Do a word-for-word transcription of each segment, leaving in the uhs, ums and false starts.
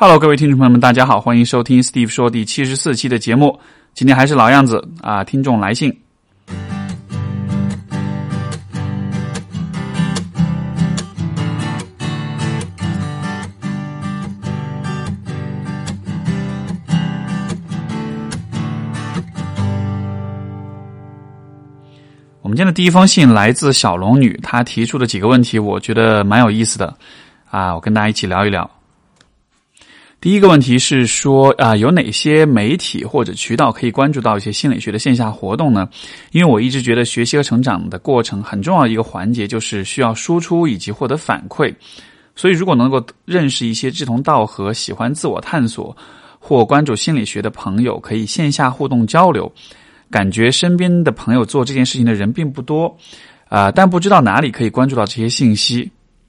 Hello， 各位听众朋友们，大家好，欢迎收听 Steve 说第七十四期的节目。今天还是老样子啊，听众来信。我们今天的第一封信来自小龙女，她提出的几个问题，我觉得蛮有意思的啊，我跟大家一起聊一聊。第一个问题是说啊，有哪些媒体或者渠道可以关注到一些心理学的线下活动呢？因为我一直觉得学习和成长的过程很重要的一个环节就是需要输出以及获得反馈，所以如果能够认识一些志同道合、喜欢自我探索或关注心理学的朋友，可以线下互动交流。感觉身边的朋友做这件事情的人并不多啊、呃，但不知道哪里可以关注到这些信息。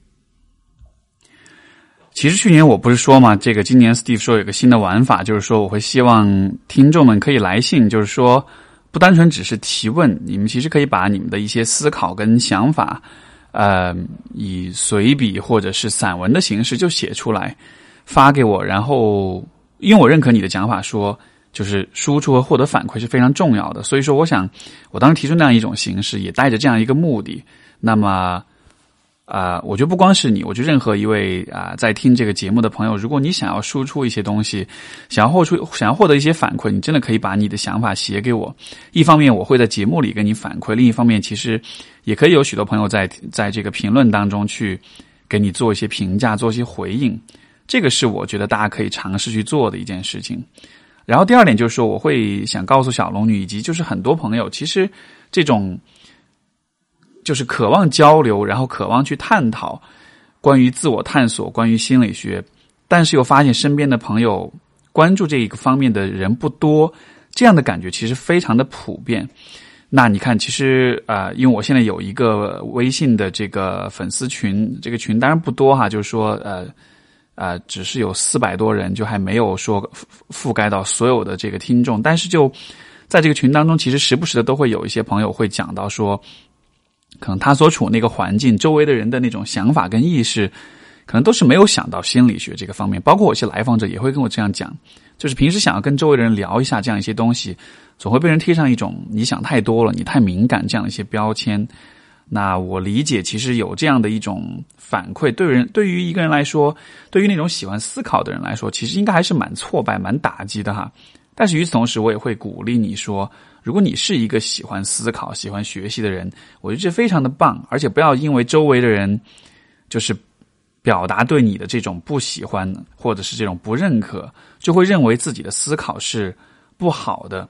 其实去年我不是说嘛，这个今年 Steve 说有个新的玩法，就是说我会希望听众们可以来信，就是说不单纯只是提问，你们其实可以把你们的一些思考跟想法呃，以随笔或者是散文的形式就写出来发给我，然后因为我认可你的讲法说就是输出和获得反馈是非常重要的，所以说我想我当时提出那样一种形式也带着这样一个目的。那么啊、呃，我觉得不光是你，我觉得任何一位啊、呃、在听这个节目的朋友，如果你想要输出一些东西，想要获出想要获得一些反馈，你真的可以把你的想法写给我。一方面我会在节目里跟你反馈，另一方面其实也可以有许多朋友在在这个评论当中去给你做一些评价，做一些回应。这个是我觉得大家可以尝试去做的一件事情。然后第二点就是说，我会想告诉小龙女以及就是很多朋友，其实这种就是渴望交流，然后渴望去探讨关于自我探索，关于心理学，但是又发现身边的朋友关注这一个方面的人不多，这样的感觉其实非常的普遍。那你看，其实呃，因为我现在有一个微信的这个粉丝群，这个群当然不多哈，就是说呃呃，只是有四百多人，就还没有说覆盖到所有的这个听众，但是就在这个群当中，其实时不时的都会有一些朋友会讲到说，可能他所处那个环境，周围的人的那种想法跟意识，可能都是没有想到心理学这个方面。包括我一些来访者也会跟我这样讲，就是平时想要跟周围的人聊一下这样一些东西，总会被人贴上一种你想太多了，你太敏感这样的一些标签。那我理解，其实有这样的一种反馈，对人对于一个人来说，对于那种喜欢思考的人来说，其实应该还是蛮挫败、蛮打击的哈。但是与此同时，我也会鼓励你说，如果你是一个喜欢思考、喜欢学习的人，我觉得这非常的棒，而且不要因为周围的人就是表达对你的这种不喜欢或者是这种不认可，就会认为自己的思考是不好的。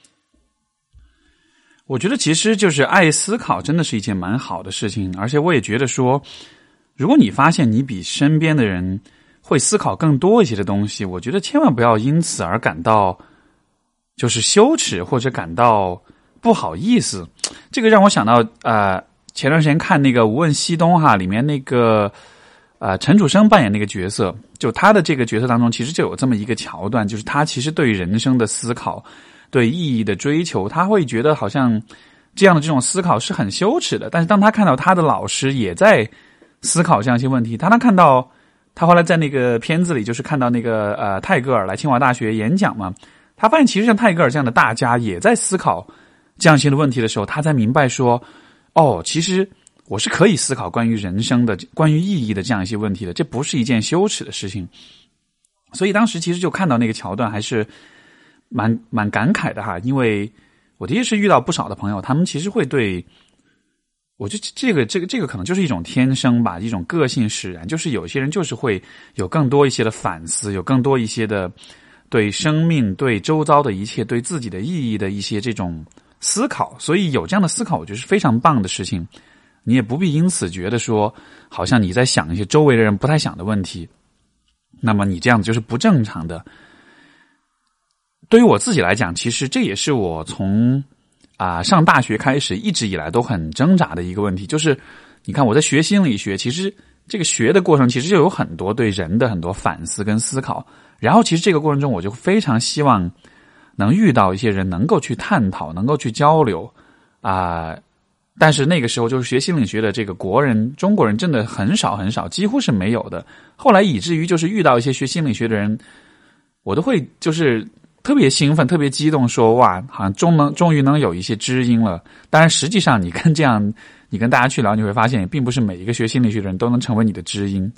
我觉得其实就是爱思考真的是一件蛮好的事情，而且我也觉得说，如果你发现你比身边的人会思考更多一些的东西，我觉得千万不要因此而感到就是羞耻或者感到不好意思。这个让我想到呃，前段时间看那个《无问西东》哈，里面那个呃陈楚生扮演那个角色，就他的这个角色当中其实就有这么一个桥段，就是他其实对于人生的思考，对意义的追求，他会觉得好像这样的这种思考是很羞耻的。但是当他看到他的老师也在思考这样一些问题，当他看到他后来在那个片子里就是看到那个呃泰戈尔来清华大学演讲嘛，他发现其实像泰戈尔这样的大家也在思考这样一些的问题的时候，他才明白说，哦，其实我是可以思考关于人生的、关于意义的这样一些问题的，这不是一件羞耻的事情。所以当时其实就看到那个桥段还是蛮蛮感慨的哈，因为我的确是遇到不少的朋友，他们其实会对，我觉得这个这个这个可能就是一种天生吧，一种个性使然，就是有些人就是会有更多一些的反思，有更多一些的对生命、对周遭的一切、对自己的意义的一些这种思考，所以有这样的思考，我觉得是非常棒的事情。你也不必因此觉得说，好像你在想一些周围的人不太想的问题，那么你这样子就是不正常的。对于我自己来讲，其实这也是我从啊、呃、上大学开始一直以来都很挣扎的一个问题，就是你看我在学心理学，其实这个学的过程其实就有很多对人的很多反思跟思考，然后其实这个过程中我就非常希望能遇到一些人能够去探讨，能够去交流啊、呃， 但是那个时候就是学心理学的这个国人中国人真的很少很少，几乎是没有的。后来以至于就是遇到一些学心理学的人，我都会就是特别兴奋特别激动，说哇好像终能终于能有一些知音了。当然实际上你跟这样你跟大家去聊，你会发现并不是每一个学心理学的人都能成为你的知音。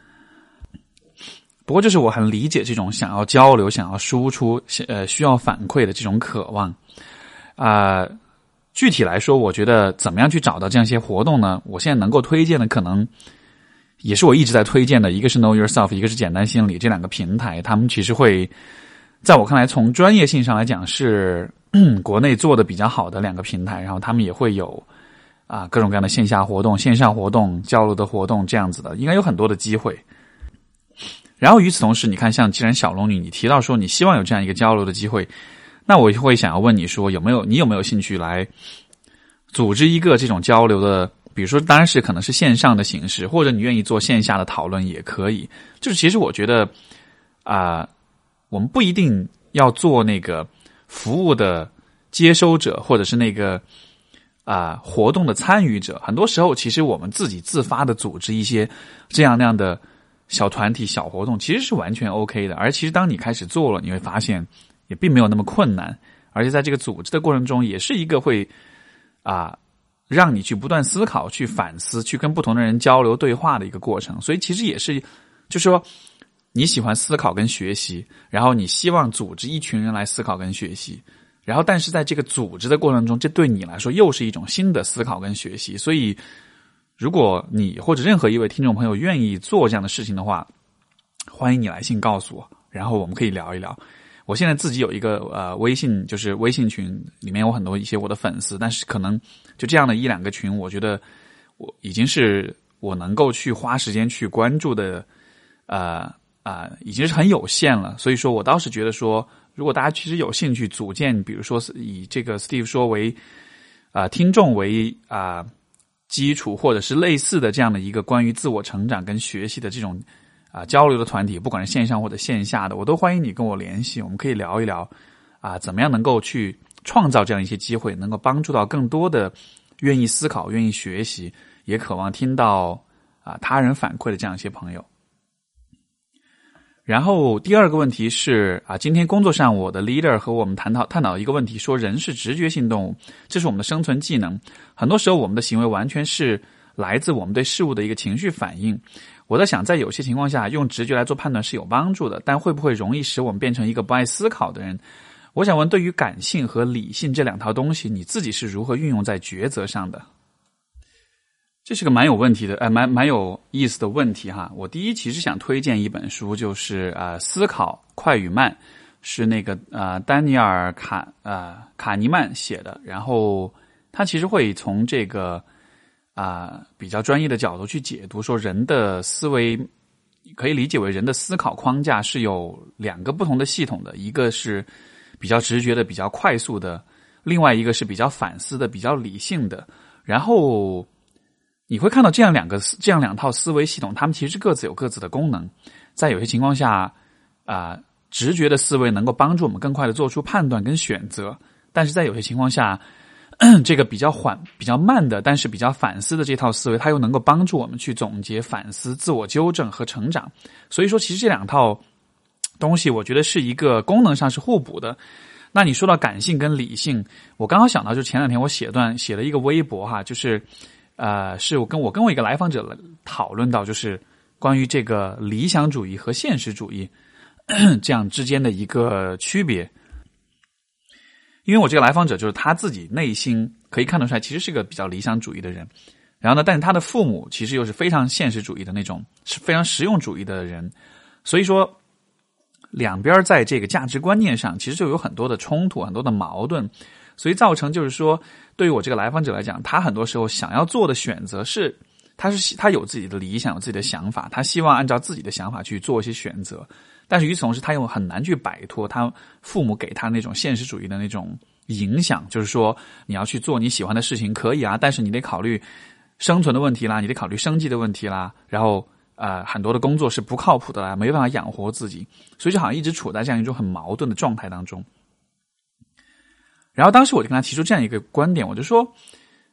不过就是我很理解这种想要交流想要输出呃需要反馈的这种渴望啊、呃。具体来说，我觉得怎么样去找到这样一些活动呢？我现在能够推荐的可能也是我一直在推荐的，一个是 Know Yourself， 一个是简单心理，这两个平台他们其实会在我看来从专业性上来讲是国内做的比较好的两个平台，然后他们也会有啊各种各样的线下活动线上活动交流的活动这样子的，应该有很多的机会。然后与此同时，你看像既然小龙女你提到说你希望有这样一个交流的机会，那我会想要问你说有没有你有没有兴趣来组织一个这种交流的，比如说当然是可能是线上的形式，或者你愿意做线下的讨论也可以。就是其实我觉得啊、呃，我们不一定要做那个服务的接收者，或者是那个啊、呃、活动的参与者。很多时候其实我们自己自发的组织一些这样那样的小团体小活动其实是完全 OK 的。而其实当你开始做了，你会发现也并没有那么困难，而且在这个组织的过程中也是一个会啊让你去不断思考去反思去跟不同的人交流对话的一个过程。所以其实也是就是说你喜欢思考跟学习，然后你希望组织一群人来思考跟学习，然后但是在这个组织的过程中，这对你来说又是一种新的思考跟学习。所以如果你或者任何一位听众朋友愿意做这样的事情的话，欢迎你来信告诉我，然后我们可以聊一聊。我现在自己有一个呃微信，就是微信群，里面有很多一些我的粉丝，但是可能就这样的一两个群，我觉得我已经是我能够去花时间去关注的呃啊、呃，已经是很有限了。所以说我倒是觉得说，如果大家其实有兴趣组建，比如说以这个 Steve 说为啊、呃、听众为啊、呃、基础，或者是类似的这样的一个关于自我成长跟学习的这种啊，交流的团体，不管是线上或者线下的，我都欢迎你跟我联系，我们可以聊一聊啊，怎么样能够去创造这样一些机会，能够帮助到更多的愿意思考、愿意学习，也渴望听到啊他人反馈的这样一些朋友。然后第二个问题是啊，今天工作上我的 leader 和我们探讨探讨一个问题，说人是直觉性动物，这是我们的生存技能，很多时候我们的行为完全是来自我们对事物的一个情绪反应。我在想，在有些情况下用直觉来做判断是有帮助的，但会不会容易使我们变成一个不爱思考的人？我想问，对于感性和理性这两套东西，你自己是如何运用在抉择上的？这是个蛮有问题的，呃，蛮蛮有意思的问题哈。我第一其实想推荐一本书，就是呃《思考快与慢》，是那个呃丹尼尔卡呃卡尼曼写的，然后他其实会从这个啊、呃，比较专业的角度去解读，说人的思维可以理解为人的思考框架是有两个不同的系统的，一个是比较直觉的、比较快速的，另外一个是比较反思的、比较理性的。然后你会看到这样两个这样两套思维系统，它们其实各自有各自的功能。在有些情况下啊、呃，直觉的思维能够帮助我们更快的做出判断跟选择，但是在有些情况下这个比较缓比较慢的但是比较反思的这套思维，它又能够帮助我们去总结反思自我纠正和成长。所以说其实这两套东西我觉得是一个功能上是互补的。那你说到感性跟理性，我刚好想到，就前两天我写段写了一个微博哈，就是呃是我跟我跟我一个来访者讨论到，就是关于这个理想主义和现实主义这样之间的一个区别。因为我这个来访者就是他自己内心可以看得出来其实是个比较理想主义的人，然后呢但是他的父母其实又是非常现实主义的那种，是非常实用主义的人，所以说两边在这个价值观念上其实就有很多的冲突，很多的矛盾，所以造成就是说对于我这个来访者来讲，他很多时候想要做的选择是他是他有自己的理想，有自己的想法，他希望按照自己的想法去做一些选择，但是与此同时他又很难去摆脱他父母给他那种现实主义的那种影响，就是说你要去做你喜欢的事情可以啊，但是你得考虑生存的问题啦，你得考虑生计的问题啦，然后呃很多的工作是不靠谱的啦，没办法养活自己，所以就好像一直处在这样一种很矛盾的状态当中。然后当时我就跟他提出这样一个观点，我就说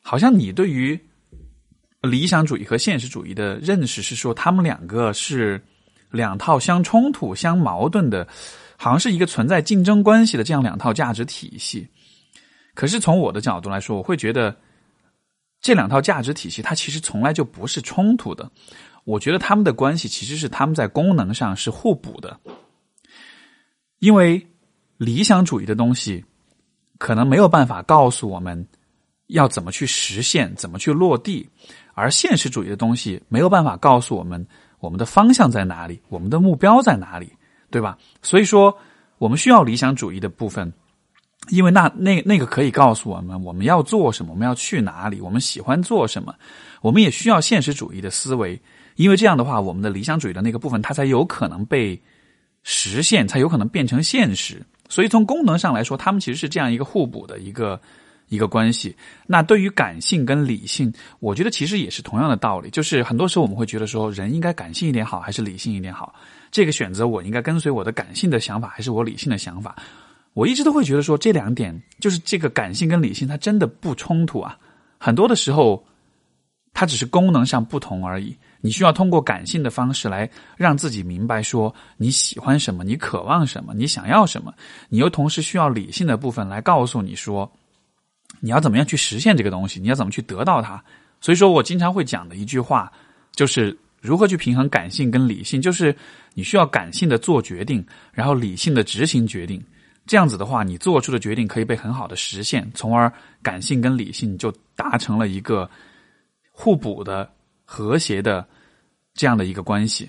好像你对于理想主义和现实主义的认识是说，他们两个是两套相冲突、相矛盾的，好像是一个存在竞争关系的这样两套价值体系。可是从我的角度来说，我会觉得这两套价值体系它其实从来就不是冲突的。我觉得他们的关系其实是他们在功能上是互补的。因为理想主义的东西可能没有办法告诉我们要怎么去实现，怎么去落地，而现实主义的东西没有办法告诉我们我们的方向在哪里，我们的目标在哪里，对吧？所以说我们需要理想主义的部分，因为那那那个可以告诉我们我们要做什么，我们要去哪里，我们喜欢做什么。我们也需要现实主义的思维，因为这样的话我们的理想主义的那个部分它才有可能被实现，才有可能变成现实。所以从功能上来说，他们其实是这样一个互补的一个一个关系。那对于感性跟理性，我觉得其实也是同样的道理，就是很多时候我们会觉得说人应该感性一点好还是理性一点好，这个选择我应该跟随我的感性的想法还是我理性的想法。我一直都会觉得说这两点就是这个感性跟理性它真的不冲突啊，很多的时候它只是功能上不同而已。你需要通过感性的方式来让自己明白说你喜欢什么，你渴望什么，你想要什么，你又同时需要理性的部分来告诉你说你要怎么样去实现这个东西，你要怎么去得到它。所以说我经常会讲的一句话就是如何去平衡感性跟理性，就是你需要感性的做决定，然后理性的执行决定，这样子的话你做出的决定可以被很好的实现，从而感性跟理性就达成了一个互补的和谐的这样的一个关系。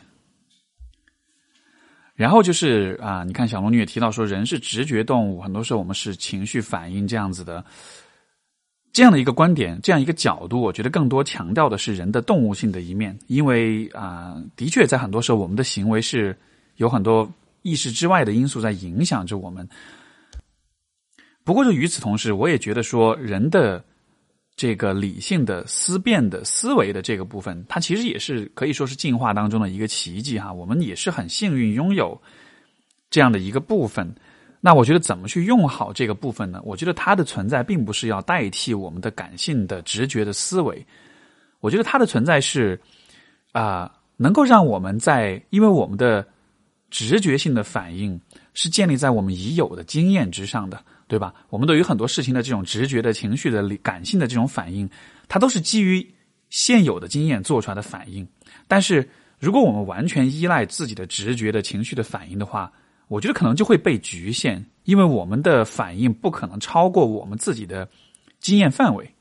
然后就是啊，你看小龙女也提到说人是直觉动物，很多时候我们是情绪反应这样子的，这样的一个观点，这样一个角度，我觉得更多强调的是人的动物性的一面。因为啊，的确在很多时候我们的行为是有很多意识之外的因素在影响着我们。不过就与此同时，我也觉得说人的这个理性的思辨的思维的这个部分，它其实也是可以说是进化当中的一个奇迹哈。我们也是很幸运拥有这样的一个部分。那我觉得怎么去用好这个部分呢？我觉得它的存在并不是要代替我们的感性的直觉的思维，我觉得它的存在是啊、呃，能够让我们在，因为我们的直觉性的反应是建立在我们已有的经验之上的，对吧？我们对于很多事情的这种直觉的情绪的感性的这种反应，它都是基于现有的经验做出来的反应。但是如果我们完全依赖自己的直觉的情绪的反应的话，我觉得可能就会被局限，因为我们的反应不可能超过我们自己的经验范围。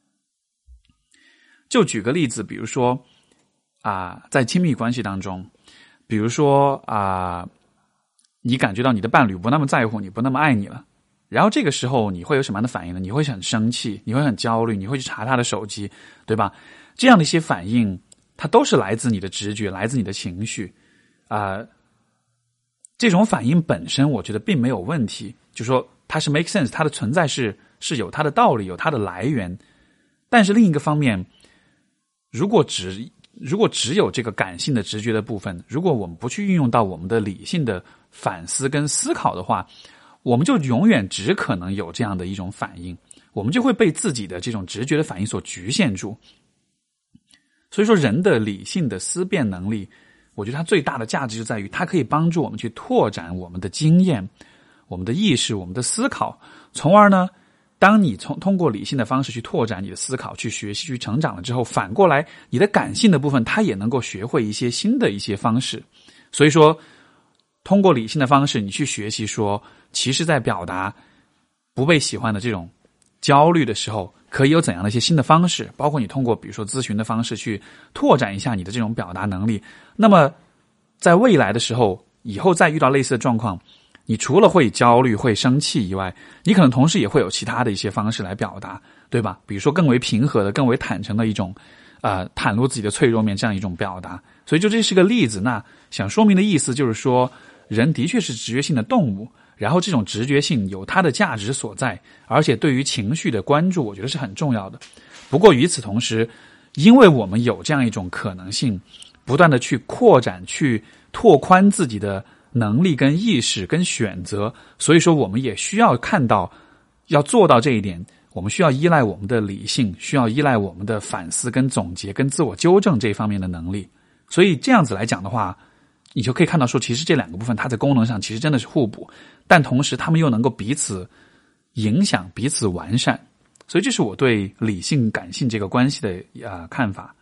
就举个例子，比如说啊，在亲密关系当中，比如说啊，你感觉到你的伴侣不那么在乎你，不那么爱你了，然后这个时候你会有什么样的反应呢？你会很生气，你会很焦虑，你会去查他的手机，对吧？这样的一些反应，它都是来自你的直觉，来自你的情绪啊、呃。这种反应本身我觉得并没有问题，就是说它是 make sense， 它的存在是是有它的道理，有它的来源。但是另一个方面，如果只如果只有这个感性的直觉的部分，如果我们不去运用到我们的理性的反思跟思考的话，我们就永远只可能有这样的一种反应，我们就会被自己的这种直觉的反应所局限住。所以说人的理性的思辨能力，我觉得它最大的价值就在于它可以帮助我们去拓展我们的经验，我们的意识，我们的思考，从而呢，当你从通过理性的方式去拓展你的思考，去学习，去成长了之后，反过来你的感性的部分它也能够学会一些新的一些方式。所以说通过理性的方式你去学习说，其实在表达不被喜欢的这种焦虑的时候可以有怎样的一些新的方式，包括你通过比如说咨询的方式去拓展一下你的这种表达能力。那么在未来的时候，以后再遇到类似的状况，你除了会焦虑会生气以外，你可能同时也会有其他的一些方式来表达，对吧？比如说更为平和的更为坦诚的一种呃，袒露自己的脆弱面，这样一种表达。所以就这是个例子，那想说明的意思就是说人的确是直觉性的动物，然后这种直觉性有它的价值所在，而且对于情绪的关注我觉得是很重要的。不过与此同时，因为我们有这样一种可能性，不断的去扩展去拓宽自己的能力跟意识跟选择，所以说我们也需要看到要做到这一点， 我们需要依赖我们的理性，需要依赖我们的反思跟总结跟自我纠正这方面的能力。所以这样子来讲的话，你就可以看到说，其实这两个部分它在功能上其实真的是互补，但同时他们又能够彼此影响，彼此完善。所以这是我对理性感性这个关系的啊、呃、看法。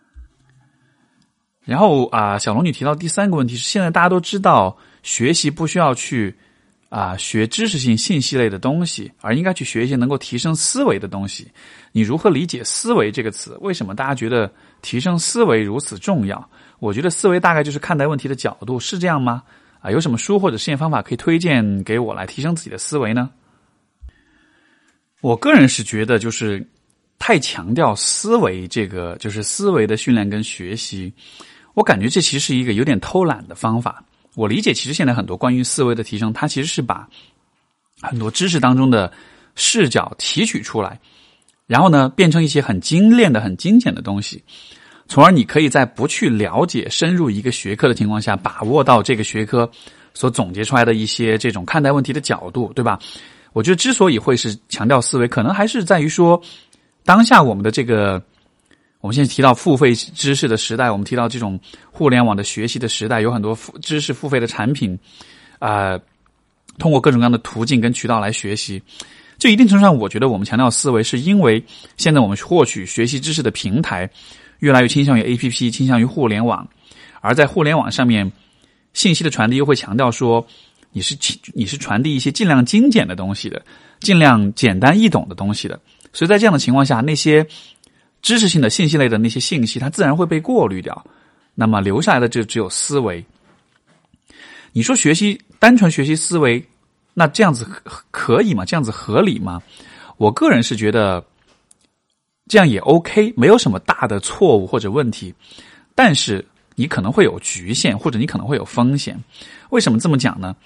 然后啊、呃，小龙女提到第三个问题是，现在大家都知道学习不需要去啊、呃、学知识性信息类的东西，而应该去学一些能够提升思维的东西。你如何理解思维这个词？为什么大家觉得提升思维如此重要？我觉得思维大概就是看待问题的角度，是这样吗？啊，有什么书或者实验方法可以推荐给我来提升自己的思维呢？我个人是觉得，就是太强调思维这个，就是思维的训练跟学习，我感觉这其实是一个有点偷懒的方法。我理解，其实现在很多关于思维的提升，它其实是把很多知识当中的视角提取出来，然后呢，变成一些很精炼的、很精简的东西，从而你可以在不去了解、深入一个学科的情况下，把握到这个学科所总结出来的一些这种看待问题的角度，对吧？我觉得之所以会是强调思维，可能还是在于说，当下我们的这个，我们现在提到付费知识的时代，我们提到这种互联网的学习的时代，有很多付知识付费的产品，啊、呃，通过各种各样的途径跟渠道来学习。就一定程度上，我觉得我们强调思维，是因为现在我们获取学习知识的平台越来越倾向于 A P P， 倾向于互联网，而在互联网上面，信息的传递又会强调说，你是你是传递一些尽量精简的东西的，尽量简单易懂的东西的。所以在这样的情况下，那些知识性的信息类的那些信息，它自然会被过滤掉，那么留下来的就只有思维。你说学习单纯学习思维，那这样子可以吗？这样子合理吗？我个人是觉得这样也 OK， 没有什么大的错误或者问题，但是你可能会有局限，或者你可能会有风险。为什么这么讲呢？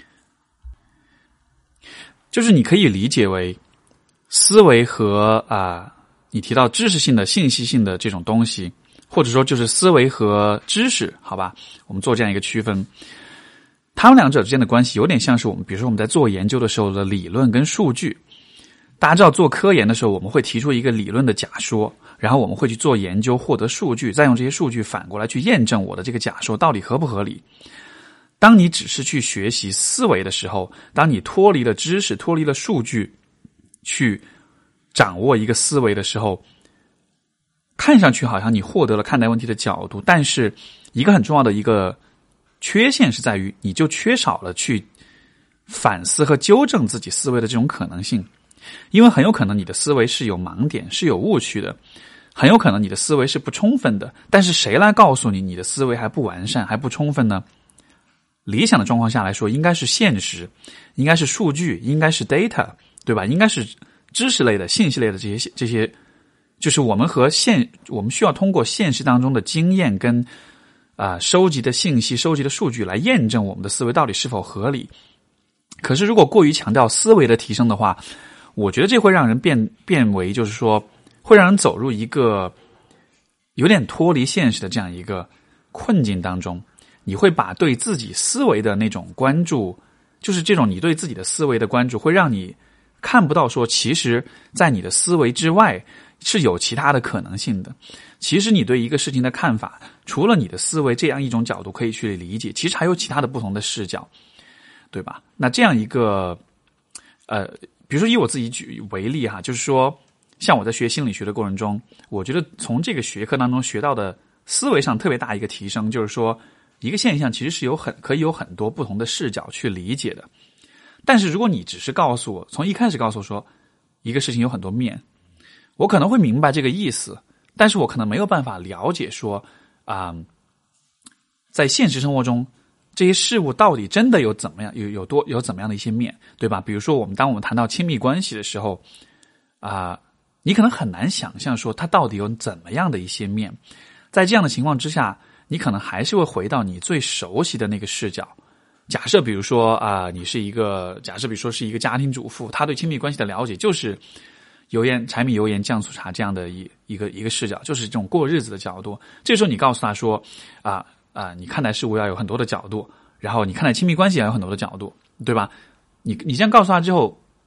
就是你可以理解为思维和啊、呃，你提到知识性的、信息性的这种东西，或者说就是思维和知识，好吧？我们做这样一个区分，他们两者之间的关系有点像是我们，比如说我们在做研究的时候的理论跟数据。大家知道做科研的时候，我们会提出一个理论的假说，然后我们会去做研究，获得数据，再用这些数据反过来去验证我的这个假说到底合不合理。当你只是去学习思维的时候，当你脱离了知识，脱离了数据，去掌握一个思维的时候，看上去好像你获得了看待问题的角度，但是一个很重要的一个缺陷是在于，你就缺少了去反思和纠正自己思维的这种可能性。因为很有可能你的思维是有盲点，是有误区的，很有可能你的思维是不充分的，但是谁来告诉你你的思维还不完善，还不充分呢？理想的状况下来说，应该是现实，应该是数据，应该是 data， 对吧？应该是知识类的、信息类的这些这些，就是我们和现我们需要通过现实当中的经验跟啊、呃、收集的信息、收集的数据来验证我们的思维到底是否合理。可是如果过于强调思维的提升的话，我觉得这会让人变变为就是说，会让人走入一个有点脱离现实的这样一个困境当中。你会把对自己思维的那种关注，就是这种你对自己的思维的关注，会让你看不到说，其实在你的思维之外是有其他的可能性的。其实你对一个事情的看法，除了你的思维这样一种角度可以去理解，其实还有其他的不同的视角，对吧？那这样一个呃比如说以我自己举为例哈，就是说像我在学心理学的过程中，我觉得从这个学科当中学到的思维上特别大一个提升，就是说一个现象其实是有很可以有很多不同的视角去理解的。但是如果你只是告诉我，从一开始告诉我说一个事情有很多面，我可能会明白这个意思，但是我可能没有办法了解说啊、呃，在现实生活中这些事物到底真的有怎么样有有多有怎么样的一些面，对吧？比如说我们当我们谈到亲密关系的时候啊、呃，你可能很难想象说它到底有怎么样的一些面。在这样的情况之下，你可能还是会回到你最熟悉的那个视角。假设比如说啊、呃，你是一个假设比如说是一个家庭主妇，她对亲密关系的了解就是油盐柴米油盐酱醋茶这样的一一个一个视角，就是这种过日子的角度。这个时候你告诉她说啊啊、呃呃，你看待事物要有很多的角度，然后你看待亲密关系要有很多的角度，对吧？你你这样告诉她之后，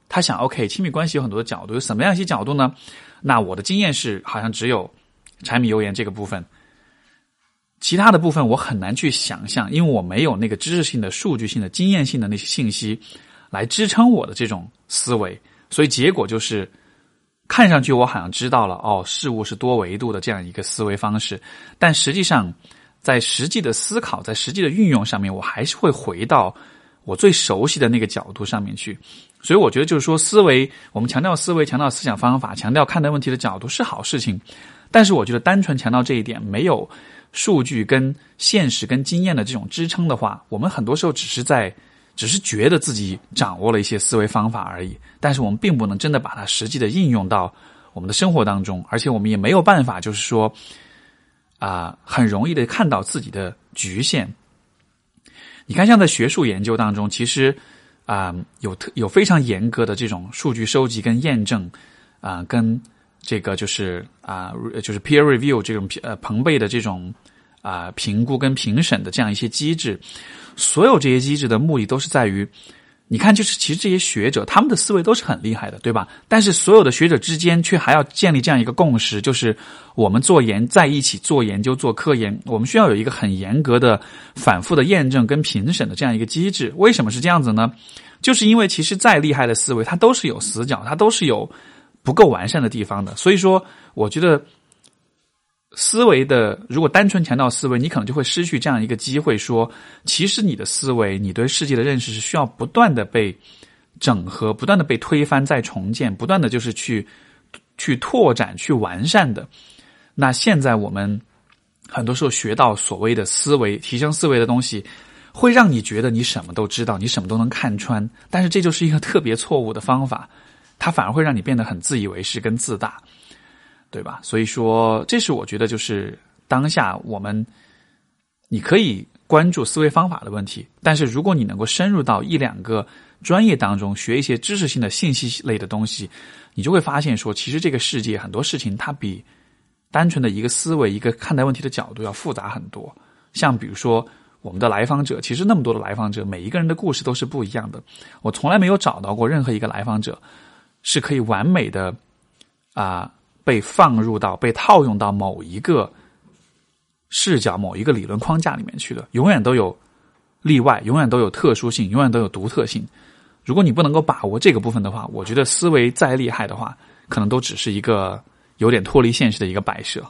他想 OK 亲密关系有很多的角度，有什么样一些角度呢？那我的经验是好像只有柴米油盐这个部分，其他的部分我很难去想象，因为我没有那个知识性的数据性的经验性的那些信息来支撑我的这种思维，所以结果就是看上去我好像知道了哦，事物是多维度的这样一个思维方式，但实际上在实际的思考在实际的运用上面，我还是会回到我最熟悉的那个角度上面去。所以我觉得就是说思维，我们强调思维，强调思想方法，强调看待问题的角度是好事情，但是我觉得单纯强调这一点，没有数据跟现实跟经验的这种支撑的话，我们很多时候只是在只是觉得自己掌握了一些思维方法而已，但是我们并不能真的把它实际的应用到我们的生活当中，而且我们也没有办法就是说啊、呃，很容易的看到自己的局限。你看像在学术研究当中，其实啊、呃、有特有非常严格的这种数据收集跟验证啊、呃，跟这个就是啊、呃、就是 peer review 这种呃朋辈的这种啊、呃、评估跟评审的这样一些机制，所有这些机制的目的都是在于，你看就是其实这些学者他们的思维都是很厉害的，对吧？但是所有的学者之间却还要建立这样一个共识，就是我们做研在一起做研究做科研，我们需要有一个很严格的反复的验证跟评审的这样一个机制。为什么是这样子呢？就是因为其实再厉害的思维它都是有死角，它都是有不够完善的地方的。所以说我觉得思维的，如果单纯强调思维，你可能就会失去这样一个机会，说其实你的思维你对世界的认识是需要不断的被整合，不断的被推翻再重建，不断的就是去去拓展去完善的。那现在我们很多时候学到所谓的思维提升思维的东西，会让你觉得你什么都知道，你什么都能看穿，但是这就是一个特别错误的方法，它反而会让你变得很自以为是跟自大，对吧？所以说这是我觉得就是当下我们你可以关注思维方法的问题，但是如果你能够深入到一两个专业当中学一些知识性的信息类的东西，你就会发现说其实这个世界很多事情它比单纯的一个思维一个看待问题的角度要复杂很多。像比如说我们的来访者，其实那么多的来访者，每一个人的故事都是不一样的，我从来没有找到过任何一个来访者是可以完美的啊、呃被放入到被套用到某一个视角某一个理论框架里面去的，永远都有例外，永远都有特殊性，永远都有独特性。如果你不能够把握这个部分的话，我觉得思维再厉害的话，可能都只是一个有点脱离现实的一个摆设。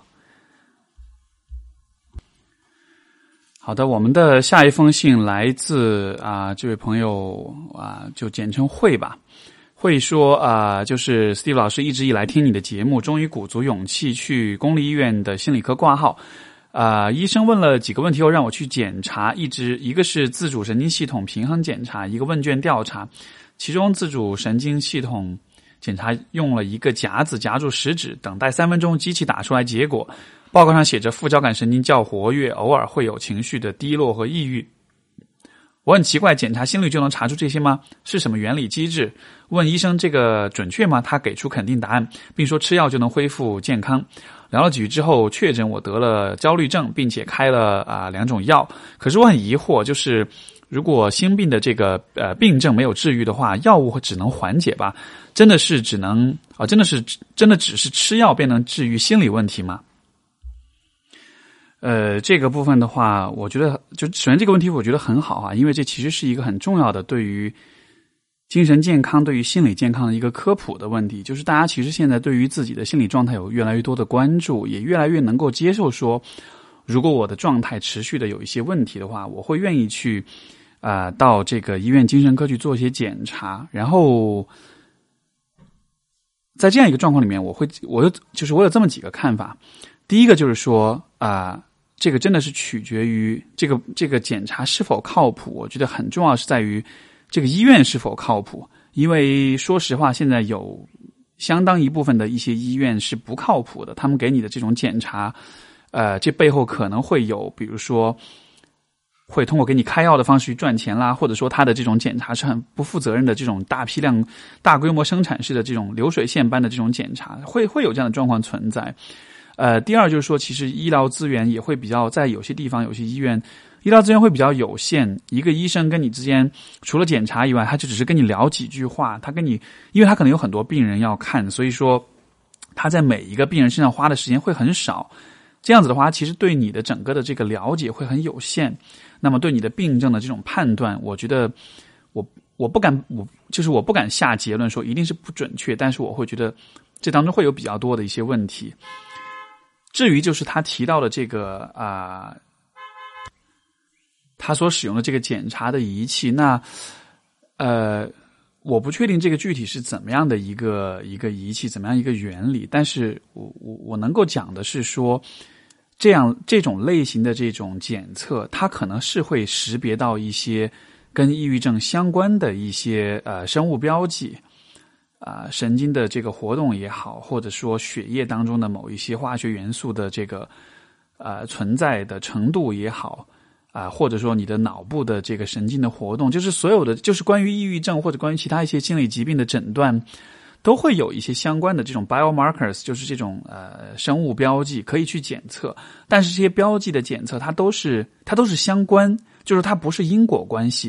好的，我们的下一封信来自啊、呃、这位朋友啊、呃、就简称慧吧。会说啊、呃，就是 Steve 老师一直以来听你的节目，终于鼓足勇气去公立医院的心理科挂号。啊、呃，医生问了几个问题后让我去检查，一直一个是自主神经系统平衡检查，一个问卷调查。其中自主神经系统检查用了一个夹子夹住食指，等待三分钟，机器打出来结果。报告上写着副交感神经较活跃，偶尔会有情绪的低落和抑郁。我很奇怪，检查心率就能查出这些吗？是什么原理机制？问医生这个准确吗？他给出肯定答案，并说吃药就能恢复健康。聊了几句之后，确诊我得了焦虑症，并且开了啊、呃、两种药。可是我很疑惑，就是如果心病的这个呃病症没有治愈的话，药物只能缓解吧？真的是只能啊、呃，真的是真的只是吃药便能治愈心理问题吗？呃，这个部分的话，我觉得就首先这个问题我觉得很好啊，因为这其实是一个很重要的对于精神健康、对于心理健康的一个科普的问题。就是大家其实现在对于自己的心理状态有越来越多的关注，也越来越能够接受说，如果我的状态持续的有一些问题的话，我会愿意去啊、呃、到这个医院精神科去做一些检查。然后在这样一个状况里面，我会我有就是我有这么几个看法。第一个就是说啊。呃这个真的是取决于这个这个检查是否靠谱，我觉得很重要是在于这个医院是否靠谱。因为说实话，现在有相当一部分的一些医院是不靠谱的，他们给你的这种检查，呃，这背后可能会有，比如说会通过给你开药的方式去赚钱啦，或者说他的这种检查是很不负责任的，这种大批量、大规模生产式的这种流水线般的这种检查，会会有这样的状况存在。呃，第二就是说，其实医疗资源也会比较在有些地方、有些医院医疗资源会比较有限，一个医生跟你之间除了检查以外，他就只是跟你聊几句话，他跟你，因为他可能有很多病人要看，所以说他在每一个病人身上花的时间会很少，这样子的话其实对你的整个的这个了解会很有限，那么对你的病症的这种判断，我觉得我我不敢我就是我不敢下结论说一定是不准确，但是我会觉得这当中会有比较多的一些问题。至于就是他提到的这个啊、呃，他所使用的这个检查的仪器，那呃，我不确定这个具体是怎么样的一个一个仪器，怎么样一个原理，但是我我我能够讲的是说，这样这种类型的这种检测，它可能是会识别到一些跟抑郁症相关的一些呃生物标记。啊、呃，神经的这个活动也好，或者说血液当中的某一些化学元素的这个呃存在的程度也好，啊、呃，或者说你的脑部的这个神经的活动，就是所有的，就是关于抑郁症或者关于其他一些心理疾病的诊断，都会有一些相关的这种 biomarkers， 就是这种呃生物标记可以去检测，但是这些标记的检测它都是它都是相关，就是它不是因果关系。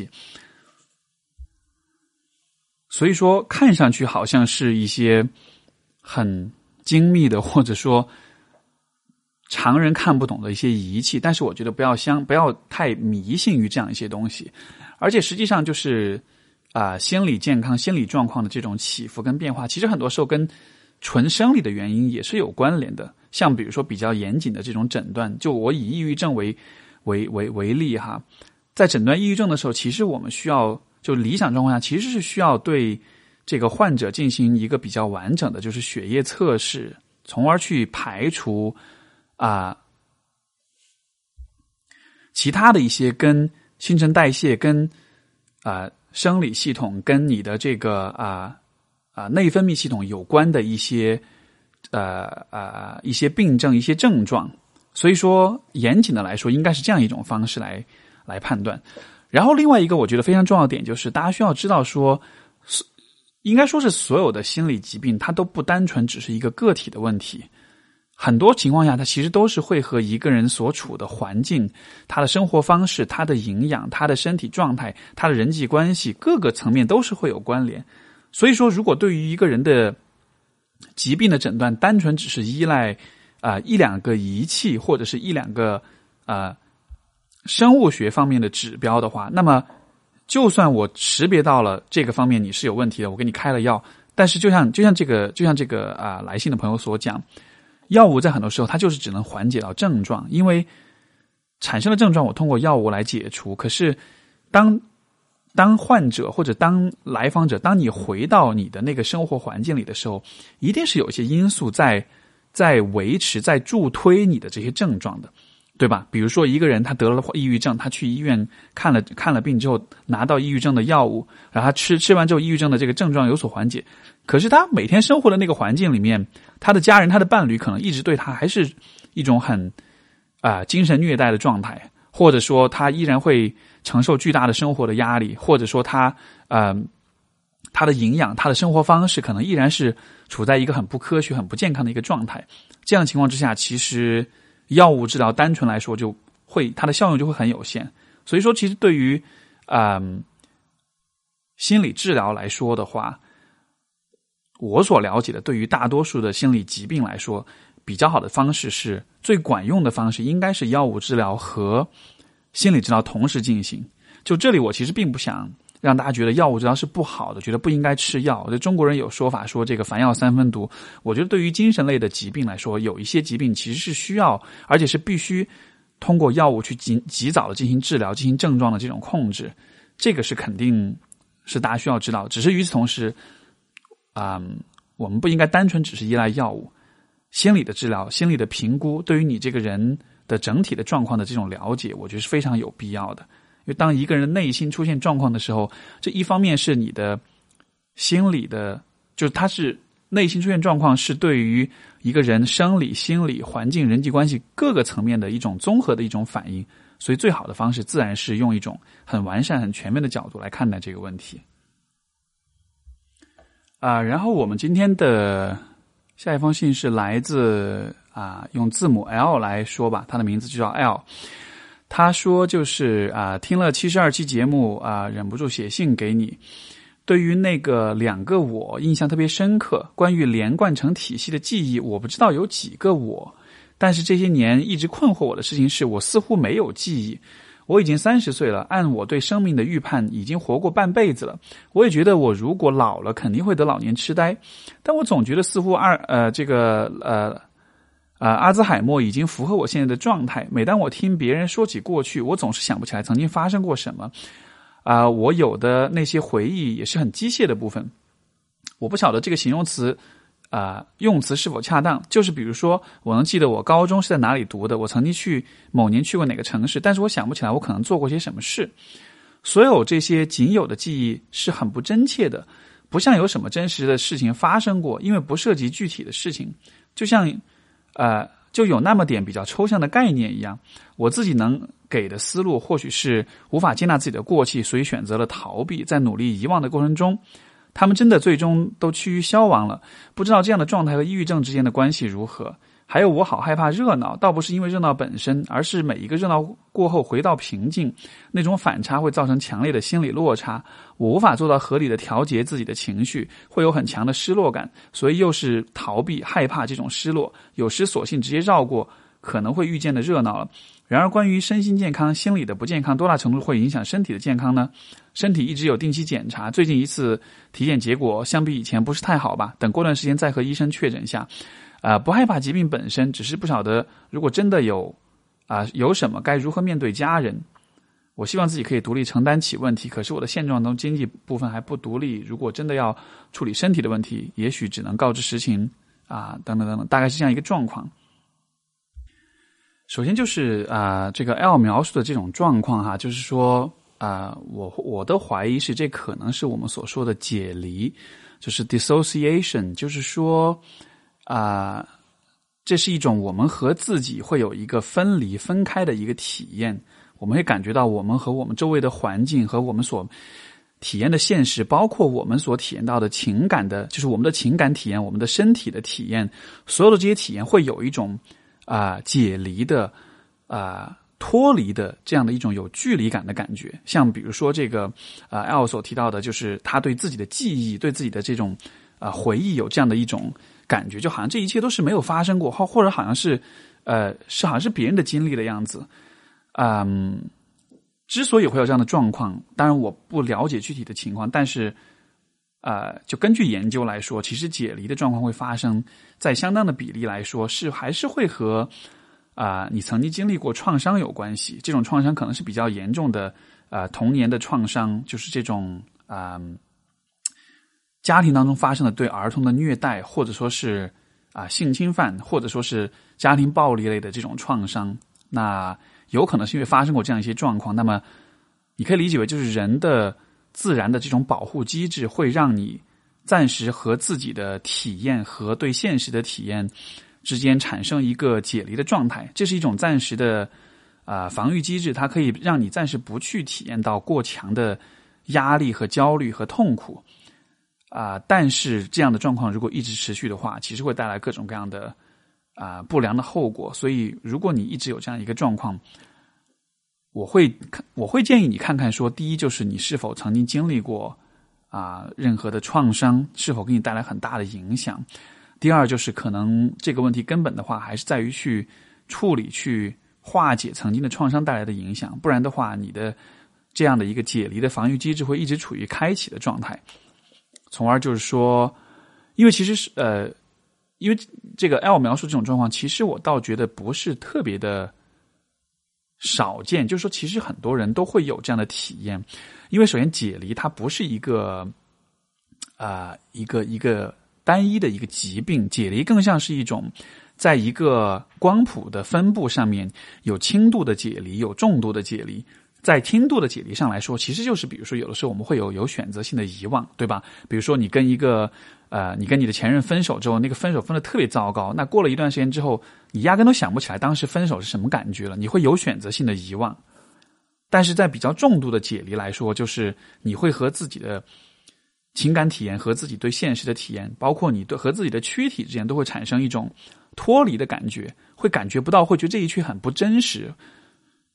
所以说看上去好像是一些很精密的，或者说常人看不懂的一些仪器，但是我觉得不要相不要太迷信于这样一些东西。而且实际上就是啊、呃，心理健康心理状况的这种起伏跟变化，其实很多时候跟纯生理的原因也是有关联的。像比如说比较严谨的这种诊断，就我以抑郁症为为为为例哈，在诊断抑郁症的时候，其实我们需要就理想状况下，其实是需要对这个患者进行一个比较完整的，就是血液测试，从而去排除啊、呃、其他的一些跟新陈代谢、跟啊、呃、生理系统、跟你的这个啊啊、呃呃、内分泌系统有关的一些呃呃一些病症、一些症状。所以说，严谨的来说，应该是这样一种方式来来判断。然后另外一个我觉得非常重要的点就是，大家需要知道说，应该说是所有的心理疾病，它都不单纯只是一个个体的问题。很多情况下，它其实都是会和一个人所处的环境、他的生活方式、他的营养、他的身体状态、他的人际关系各个层面都是会有关联。所以说，如果对于一个人的疾病的诊断单纯只是依赖啊、呃、一两个仪器或者是一两个啊。呃生物学方面的指标的话，那么就算我识别到了这个方面你是有问题的，我给你开了药，但是就像就像这个就像这个啊、呃、来信的朋友所讲，药物在很多时候它就是只能缓解到症状，因为产生的症状我通过药物来解除，可是当当患者或者当来访者，当你回到你的那个生活环境里的时候，一定是有一些因素在在维持在助推你的这些症状的。对吧？比如说一个人他得了抑郁症，他去医院看了看了病之后，拿到抑郁症的药物，然后他吃吃完之后，抑郁症的这个症状有所缓解。可是他每天生活的那个环境里面，他的家人、他的伴侣可能一直对他还是一种很啊、呃、精神虐待的状态，或者说他依然会承受巨大的生活的压力，或者说他呃他的营养、他的生活方式可能依然是处在一个很不科学、很不健康的一个状态。这样的情况之下，其实药物治疗单纯来说就会它的效用就会很有限。所以说其实对于嗯心理治疗来说的话，我所了解的对于大多数的心理疾病来说，比较好的方式是最管用的方式应该是药物治疗和心理治疗同时进行。就这里我其实并不想让大家觉得药物治疗是不好的，觉得不应该吃药。我觉得中国人有说法说这个凡药三分毒，我觉得对于精神类的疾病来说，有一些疾病其实是需要，而且是必须通过药物去及及早的进行治疗，进行症状的这种控制，这个是肯定是大家需要知道。只是与此同时，嗯，我们不应该单纯只是依赖药物，心理的治疗、心理的评估，对于你这个人的整体的状况的这种了解，我觉得是非常有必要的。因为当一个人内心出现状况的时候，这一方面是你的心理的，就是他是内心出现状况是对于一个人生理、心理、环境、人际关系各个层面的一种综合的一种反应，所以最好的方式自然是用一种很完善、很全面的角度来看待这个问题。啊、呃，然后我们今天的下一封信是来自啊、呃，用字母 L 来说吧，他的名字就叫 L。 他说就是啊、呃，听了七十二期节目啊、呃，忍不住写信给你。对于那个两个我印象特别深刻，关于连贯成体系的记忆，我不知道有几个我，但是这些年一直困惑我的事情是，我似乎没有记忆。我已经三十岁了，按我对生命的预判，已经活过半辈子了。我也觉得我如果老了，肯定会得老年痴呆。但我总觉得似乎二呃这个呃呃阿兹海默已经符合我现在的状态。每当我听别人说起过去，我总是想不起来曾经发生过什么。啊、呃，我有的那些回忆也是很机械的部分。我不晓得这个形容词啊、呃，用词是否恰当。就是比如说，我能记得我高中是在哪里读的，我曾经去某年去过哪个城市，但是我想不起来我可能做过些什么事。所有这些仅有的记忆是很不真切的，不像有什么真实的事情发生过，因为不涉及具体的事情，就像呃。就有那么点比较抽象的概念一样，我自己能给的思路或许是无法接纳自己的过去，所以选择了逃避。在努力遗忘的过程中，他们真的最终都趋于消亡了。不知道这样的状态和抑郁症之间的关系如何。还有我好害怕热闹，倒不是因为热闹本身，而是每一个热闹过后回到平静，那种反差会造成强烈的心理落差。我无法做到合理的调节自己的情绪，会有很强的失落感，所以又是逃避害怕这种失落，有时索性直接绕过可能会遇见的热闹了。然而关于身心健康，心理的不健康多大程度会影响身体的健康呢？身体一直有定期检查，最近一次体检结果相比以前不是太好吧，等过段时间再和医生确诊下。啊、呃，不害怕疾病本身，只是不晓得如果真的有啊、呃、有什么该如何面对家人。我希望自己可以独立承担起问题，可是我的现状中经济部分还不独立，如果真的要处理身体的问题，也许只能告知实情啊、呃，等等等等，大概是这样一个状况。首先就是啊、呃，这个 L 描述的这种状况哈，就是说啊、呃，我我的怀疑是这可能是我们所说的解离，就是 dissociation， 就是说。啊、呃，这是一种我们和自己会有一个分离、分开的一个体验。我们会感觉到我们和我们周围的环境和我们所体验的现实，包括我们所体验到的情感的，就是我们的情感体验、我们的身体的体验，所有的这些体验会有一种啊、呃、解离的啊、呃、脱离的这样的一种有距离感的感觉。像比如说这个啊 L 所提到的，就是他对自己的记忆、对自己的这种啊、呃、回忆有这样的一种。感觉就好像这一切都是没有发生过，或或者好像是，呃，是好像是别人的经历的样子。嗯，之所以会有这样的状况，当然我不了解具体的情况，但是，呃，就根据研究来说，其实解离的状况会发生在相当的比例来说，是还是会和啊、呃、你曾经经历过创伤有关系。这种创伤可能是比较严重的，呃，童年的创伤，就是这种啊。呃家庭当中发生的对儿童的虐待，或者说是啊、呃、性侵犯，或者说是家庭暴力类的这种创伤，那有可能是因为发生过这样一些状况。那么你可以理解为，就是人的自然的这种保护机制，会让你暂时和自己的体验和对现实的体验之间产生一个解离的状态。这是一种暂时的啊、呃、防御机制，它可以让你暂时不去体验到过强的压力和焦虑和痛苦。啊、呃，但是这样的状况如果一直持续的话，其实会带来各种各样的啊、呃、不良的后果。所以，如果你一直有这样一个状况，我会我会建议你看看说，第一就是你是否曾经经历过啊、呃、任何的创伤，是否给你带来很大的影响。第二就是可能这个问题根本的话，还是在于去处理、去化解曾经的创伤带来的影响，不然的话，你的这样的一个解离的防御机制会一直处于开启的状态。从而就是说，因为其实是呃，因为这个 L 描述这种状况，其实我倒觉得不是特别的少见。就是说，其实很多人都会有这样的体验。因为首先解离它不是一个啊、呃、一个一个单一的一个疾病，解离更像是一种在一个光谱的分布上面有轻度的解离，有重度的解离。在轻度的解离上来说，其实就是比如说有的时候我们会有有选择性的遗忘，对吧？比如说你跟一个呃你跟你的前任分手之后，那个分手分得特别糟糕，那过了一段时间之后，你压根都想不起来当时分手是什么感觉了，你会有选择性的遗忘。但是在比较重度的解离来说，就是你会和自己的情感体验和自己对现实的体验，包括你对和自己的躯体之间都会产生一种脱离的感觉，会感觉不到，会觉得这一切很不真实。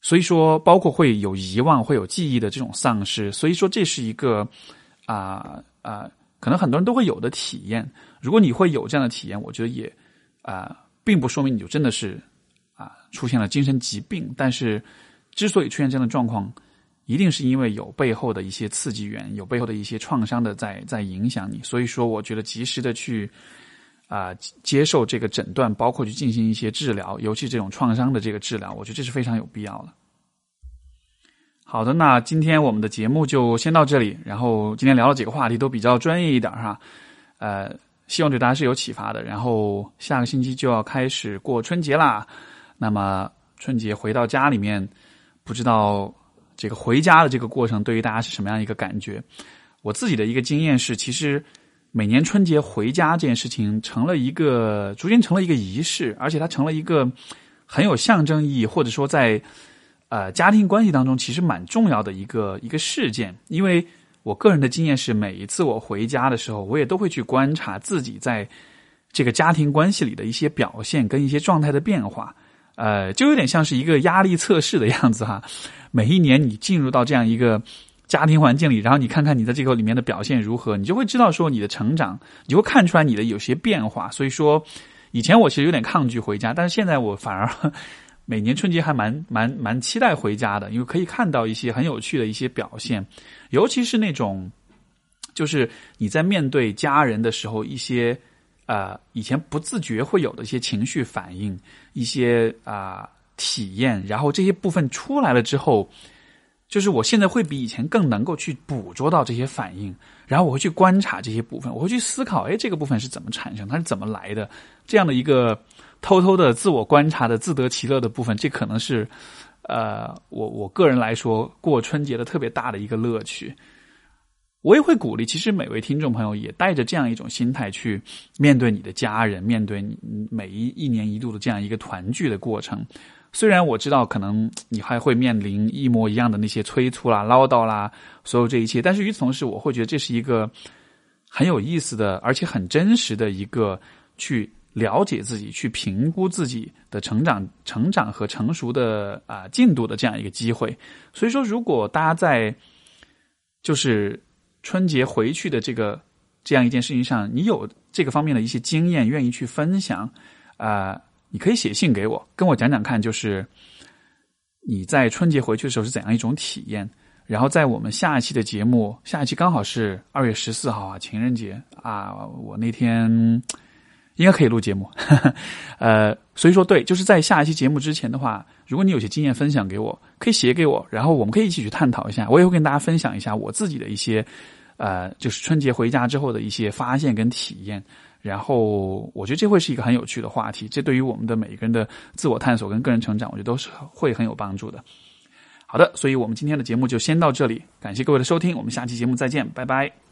所以说包括会有遗忘会有记忆的这种丧失，所以说这是一个啊啊、呃呃、可能很多人都会有的体验。如果你会有这样的体验，我觉得也啊、呃、并不说明你就真的是啊、呃、出现了精神疾病，但是之所以出现这样的状况，一定是因为有背后的一些刺激源，有背后的一些创伤的在在影响你。所以说我觉得及时的去啊、呃、接受这个诊断，包括去进行一些治疗，尤其这种创伤的这个治疗，我觉得这是非常有必要的。好的，那今天我们的节目就先到这里，然后今天聊了几个话题都比较专业一点哈，呃希望对大家是有启发的。然后下个星期就要开始过春节啦，那么春节回到家里面，不知道这个回家的这个过程对于大家是什么样一个感觉。我自己的一个经验是，其实每年春节回家这件事情成了一个逐渐成了一个仪式，而且它成了一个很有象征意义，或者说在呃家庭关系当中其实蛮重要的一个一个事件。因为我个人的经验是，每一次我回家的时候，我也都会去观察自己在这个家庭关系里的一些表现跟一些状态的变化，呃就有点像是一个压力测试的样子哈。每一年你进入到这样一个家庭环境里，然后你看看你在这个里面的表现如何，你就会知道说你的成长，你就会看出来你的有些变化。所以说以前我其实有点抗拒回家，但是现在我反而每年春节还蛮蛮蛮期待回家的，因为可以看到一些很有趣的一些表现，尤其是那种就是你在面对家人的时候，一些呃以前不自觉会有的一些情绪反应，一些啊、呃、体验，然后这些部分出来了之后，就是我现在会比以前更能够去捕捉到这些反应，然后我会去观察这些部分，我会去思考，哎，这个部分是怎么产生，它是怎么来的，这样的一个偷偷的自我观察的自得其乐的部分，这可能是呃我我个人来说过春节的特别大的一个乐趣。我也会鼓励其实每位听众朋友也带着这样一种心态去面对你的家人，面对你每一一年一度的这样一个团聚的过程。虽然我知道可能你还会面临一模一样的那些催促啦、唠叨啦，所有这一切，但是与此同时，我会觉得这是一个很有意思的，而且很真实的一个去了解自己、去评估自己的成长、成长和成熟的啊、呃、进度的这样一个机会。所以说，如果大家在就是春节回去的这个这样一件事情上，你有这个方面的一些经验，愿意去分享，啊、呃。你可以写信给我，跟我讲讲看，就是你在春节回去的时候是怎样一种体验。然后在我们下一期的节目，下一期刚好是二月十四号啊，情人节啊，我那天应该可以录节目，呃，所以说对，就是在下一期节目之前的话，如果你有些经验分享给我，可以写给我，然后我们可以一起去探讨一下，我也会跟大家分享一下我自己的一些呃，就是春节回家之后的一些发现跟体验。然后我觉得这会是一个很有趣的话题，这对于我们的每一个人的自我探索跟个人成长，我觉得都是会很有帮助的。好的，所以我们今天的节目就先到这里，感谢各位的收听，我们下期节目再见，拜拜。